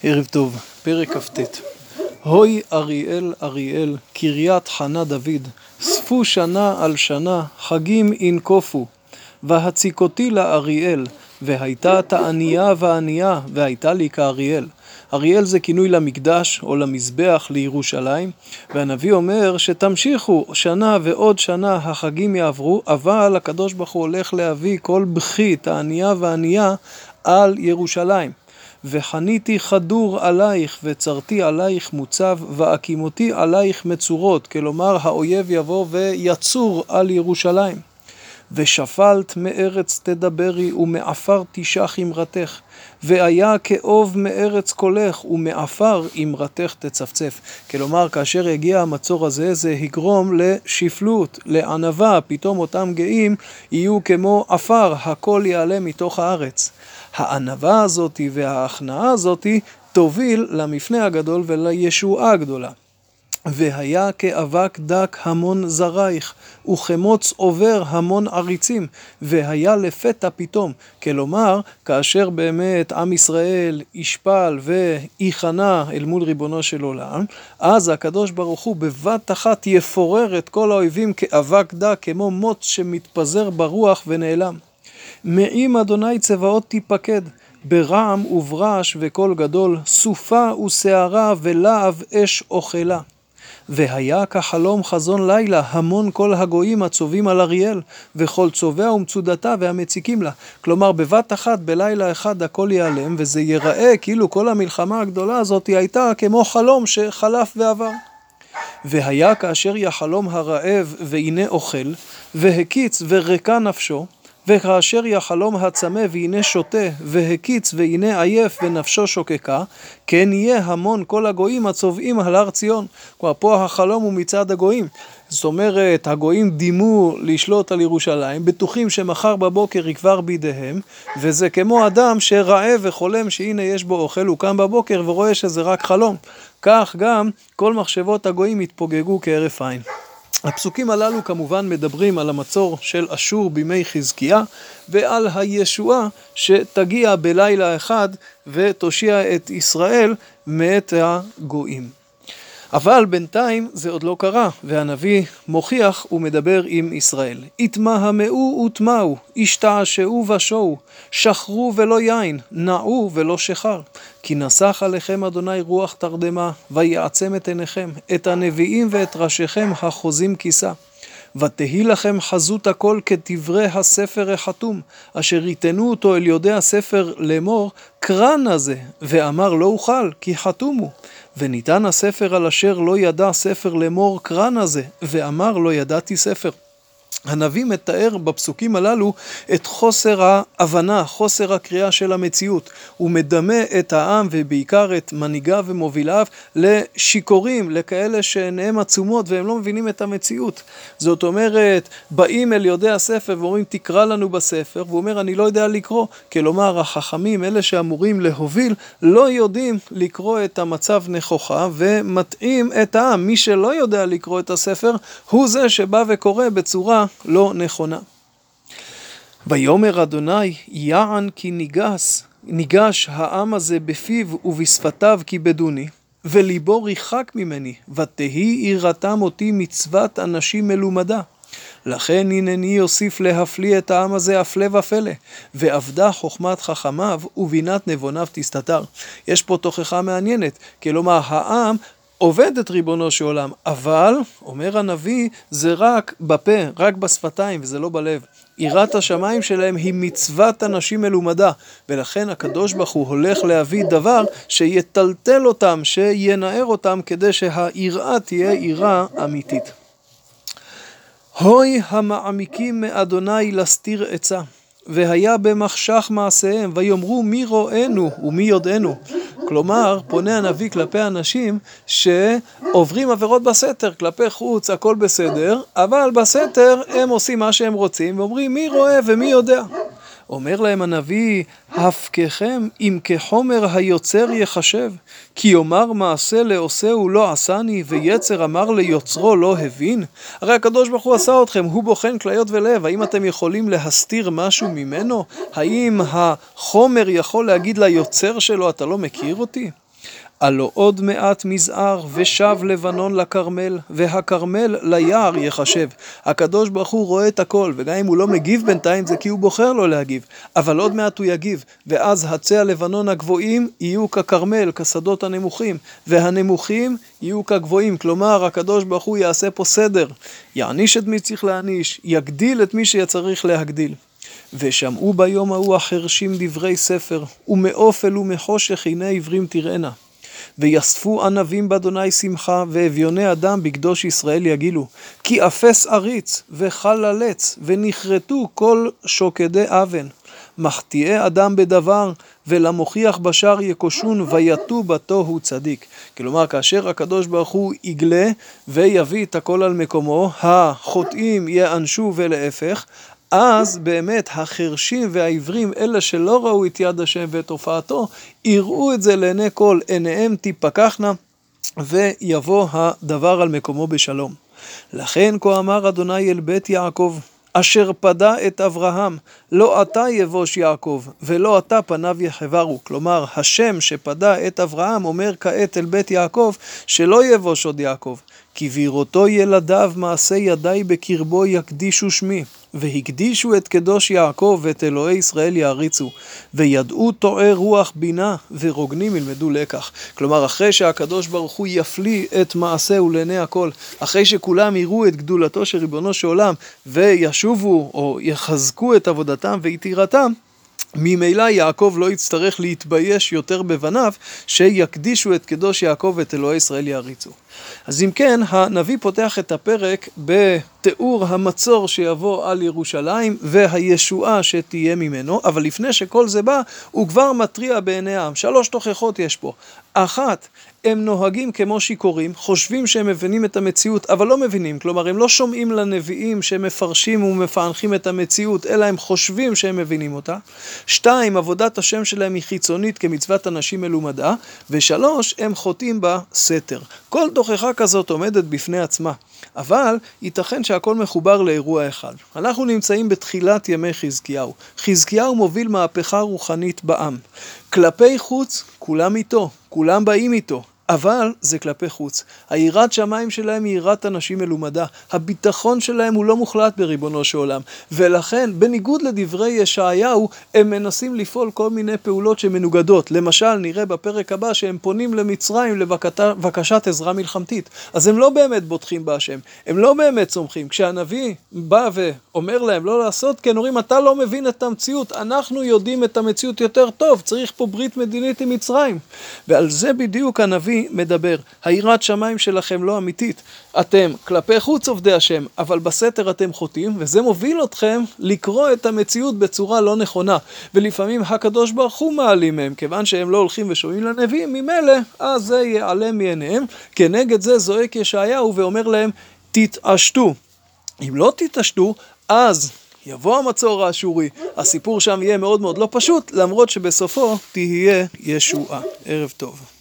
ערב טוב, פרק כ"ט. הוי אריאל אריאל, קריית חנה דוד, ספו שנה על שנה, חגים ינקופו. והציקותי לאריאל, והייתה תענייה וענייה, והייתה לי כאריאל. אריאל זה כינוי למקדש או למזבח לירושלים, והנביא אומר שתמשיכו שנה ועוד שנה החגים יעברו, אבל הקדוש ברוך הוא הולך להביא כל בכי, תענייה וענייה על ירושלים. וחניתי חדור עלייך וצרתי עלייך מוצב והקימותי עלייך מצורות, כלומר האויב יבוא ויצור על ירושלים. ושפלת מארץ תדברי ומעפר תשח אמרתך, והיה כאוב מארץ קולך ומעפר אמרתך תצפצף. כלומר כאשר יגיע המצור הזה זה יגרום לשפלות, לענבה, פתאום אותם גאים יהיו כמו עפר, הכל יעלה מתוך הארץ. הענבה הזאת וההכנעה הזאת תוביל למפנה הגדול ולישועה הגדולה. והיה כאבק דק המון זרייך, וכמוץ עובר המון עריצים, והיה לפתע פתאום. כלומר, כאשר באמת עם ישראל ישפל ויחנה אל מול ריבונו של עולם, אז הקדוש ברוך הוא בבת אחת יפורר את כל האויבים כאבק דק, כמו מוץ שמתפזר ברוח ונעלם. מעם אדוני צבאות תיפקד, ברעם וברעש וקול גדול, סופה ושערה ולהב אש אוכלה. והיה כחלום חזון לילה, המון כל הגויים הצובים על אריאל, וכל צובע ומצודתה והמציקים לה. כלומר, בבת אחת, בלילה אחד, הכל ייעלם, וזה ייראה כאילו כל המלחמה הגדולה הזאת הייתה כמו חלום שחלף ועבר. והיה כאשר יחלום הרעב והנה אוכל, והקיץ וריקה נפשו, וכאשר יחלום הצמא והנה שותה, והקיץ והנה עייף ונפשו שוקקה, כן יהיה המון כל הגויים הצובעים על הר ציון. כבר פה החלום הוא מצד הגויים. זאת אומרת, הגויים דימו לשלוט על ירושלים, בטוחים שמחר בבוקר יקבר בידיהם, וזה כמו אדם שרעב וחולם שהנה יש בו אוכל, הוא קם בבוקר ורואה שזה רק חלום. כך גם כל מחשבות הגויים התפוגגו כהרף עין. הפסוקים הללו כמובן מדברים על המצור של אשור בימי חזקיה ועל הישועה שתגיע בלילה אחד ותושיע את ישראל מאת הגויים. אבל בינתיים זה עוד לא קרה, והנביא מוכיח ומדבר עם ישראל. התמהמהו ותמהו, השתעשעו ושעו, שחרו ולא יין, נעו ולא שחר. כי נסך עליכם אדוני רוח תרדמה, ויעצם את עיניכם, את הנביאים ואת ראשיכם החוזים כיסה. ותהי לכם חזות הכל כדברי הספר החתום, אשר יתנו אותו אל יודעי הספר לאמור, קרא נא זה, ואמר לא אוכל, כי חתום הוא. וניתן הספר על אשר לא ידע ספר לאמור קרא נא זה, ואמר לא ידעתי ספר. הנביא מתאר בפסוקים הללו את חוסר ההבנה, חוסר הקריאה של המציאות. הוא מדמה את העם ובעיקר את מנהיגיו ומוביליו לשיכורים, לכאלה שעיניהם עצומות והם לא מבינים את המציאות. זאת אומרת, באים אל יודעי הספר ואומרים תקרא לנו בספר, והוא אומר אני לא יודע לקרוא. כלומר החכמים, אלה שאמורים להוביל, לא יודעים לקרוא את המצב נכוחה ומטעים את העם. מי שלא יודע לקרוא את הספר הוא זה שבא וקורא בצורה לא נכונה. ויאמר אדוני יען כי ניגש העם הזה בפיו ובשפתיו כיבדוני, וליבו ריחק ממני, ותהי יראתם אותי מצוות אנשים מלומדה. לכן הנני יוסיף להפליא את העם הזה הפלא ופלא, ועבדה חוכמת חכמיו ובינת נבוניו תסתתר. יש פה תוכחה מעניינת, כלומר העם עובד את ריבונו של עולם, אבל, אומר הנביא, זה רק בפה, רק בשפתיים, וזה לא בלב. יראת השמיים שלהם היא מצוות אנשים מלומדה, ולכן הקדוש ברוך הוא הולך להביא דבר שיטלטל אותם, שינער אותם, כדי שהיראה תהיה יראה אמיתית. הוי המעמיקים מאדוני לסתיר עצה, והיה במחשך מעשיהם, ויאמרו מי רואינו ומי יודענו. כלומר, פונה הנביא כלפי אנשים שעוברים עבירות בסתר, כלפי חוץ הכל בסדר, אבל בסתר הם עושים מה שהם רוצים, ואומרים מי רואה ומי יודע. אומר להם הנביא, הפקכם אם כחומר היוצר יחשב, כי יאמר מעשה לעושהו לא עשני, ויצר אמר ליוצרו לא הבין. הרי הקדוש ברוך הוא עשה אתכם, הוא בוחן כליות ולב, האם אתם יכולים להסתיר משהו ממנו? האם החומר יכול להגיד ליוצר שלו, אתה לא מכיר אותי? הלא עוד מעט מזער ושב לבנון לכרמל, והכרמל ליער יחשב. הקדוש ברוך הוא רואה את הכל, וגם אם הוא לא מגיב בינתיים זה כי הוא בוחר לא להגיב, אבל עוד מעט הוא יגיב, ואז עצי הלבנון הגבוהים יהיו ככרמל, כשדות הנמוכים, והנמוכים יהיו כגבוהים. כלומר הקדוש ברוך הוא יעשה פה סדר, יעניש את מי צריך להעניש, יגדיל את מי שצריך להגדיל. ושמעו ביום ההוא החרשים דברי ספר, ומאופל ומחושך הנה עברים תראינה. ויספו ענבים באדוני שמחה, ואביוני אדם בקדוש ישראל יגילו. כי אפס עריץ וחללץ, ונכרתו כל שוקדי אבן. מחטיאי אדם בדבר, ולמוכיח בשער יקושון, ויתו בתוהו צדיק. כלומר, כאשר הקדוש ברוך הוא יגלה ויביא את הכל על מקומו, החוטאים יענשו ולהפך, אז באמת החרשים והעברים, אלה שלא ראו את יד השם ואת הופעתו, יראו את זה לעיני כל, עיניהם תיפקחנה, ויבוא הדבר על מקומו בשלום. לכן כה אמר אדוני אל בית יעקב, אשר פדה את אברהם, לא אתה יבוש יעקב, ולא אתה פניו יחברו. כלומר, השם שפדה את אברהם אומר כעת אל בית יעקב, שלא יבוש עוד יעקב. כי בראותו ילדיו מעשה ידי בקרבו יקדישו שמי, והקדישו את קדוש יעקב ואת אלוהי ישראל יעריצו, וידעו טועי רוח בינה ורוגנים ילמדו לקח. כלומר, אחרי שהקדוש ברוך הוא יפליא את מעשהו לעיני הכל, אחרי שכולם יראו את גדולתו של ריבונו של עולם, וישובו או יחזקו את עבודתם ויתירתם, ממילא יעקב לא יצטרך להתבייש יותר בבניו, שיקדישו את קדוש יעקב ואת אלוהי ישראל יעריצו. אז אם כן, הנביא פותח את הפרק בתיאור המצור שיבוא על ירושלים והישועה שתהיה ממנו, אבל לפני שכל זה בא, הוא כבר מטריע בעיני העם. 3 תוכחות יש פה. אחת, הם נוהגים כמו שיכורים, חושבים שהם מבינים את המציאות, אבל לא מבינים. כלומר, הם לא שומעים לנביאים שמפרשים ומפענחים את המציאות, אלא הם חושבים שהם מבינים אותה. 2, עבודת השם שלהם היא חיצונית כמצוות אנשים מלומדה. ו3, הם חוטאים בסתר. כל תוכחה כזאת עומדת בפני עצמה, אבל ייתכן שהכל מחובר לאירוע אחד. אנחנו נמצאים בתחילת ימי חזקיהו. חזקיהו מוביל מהפכה רוחנית בעם. כלפי חוץ, כולם איתו, כולם באים איתו. אבל זה כלפי חוץ. היראת שמיים שלהם היא יראת אנשים מלומדה. הביטחון שלהם הוא לא מוחלט בריבונו של עולם. ולכן, בניגוד לדברי ישעיהו, הם מנסים לפעול כל מיני פעולות שמנוגדות. למשל, נראה בפרק הבא שהם פונים למצרים לבקשת עזרה מלחמתית. אז הם לא באמת בוטחים בהשם. הם לא באמת צומחים. כשהנביא בא ואומר להם לא לעשות, כן, אומרים, אתה לא מבין את המציאות. אנחנו יודעים את המציאות יותר טוב. צריך פה ברית מדינית עם מצרים. ועל זה בדיוק הנביא מדבר. היראת שמיים שלכם לא אמיתית. אתם כלפי חוץ עובדי השם, אבל בסתר אתם חוטאים, וזה מוביל אתכם לקרוא את המציאות בצורה לא נכונה. ולפעמים הקדוש ברוך הוא מעלים מהם, כיוון שהם לא הולכים ושומעים לנביאים, ממילא, אז זה ייעלם מעיניהם. כנגד זה זועק ישעיהו ואומר להם, תתעשתו. אם לא תתעשתו, אז יבוא המצור האשורי. הסיפור שם יהיה מאוד מאוד לא פשוט, למרות שבסופו תהיה ישועה. ערב טוב.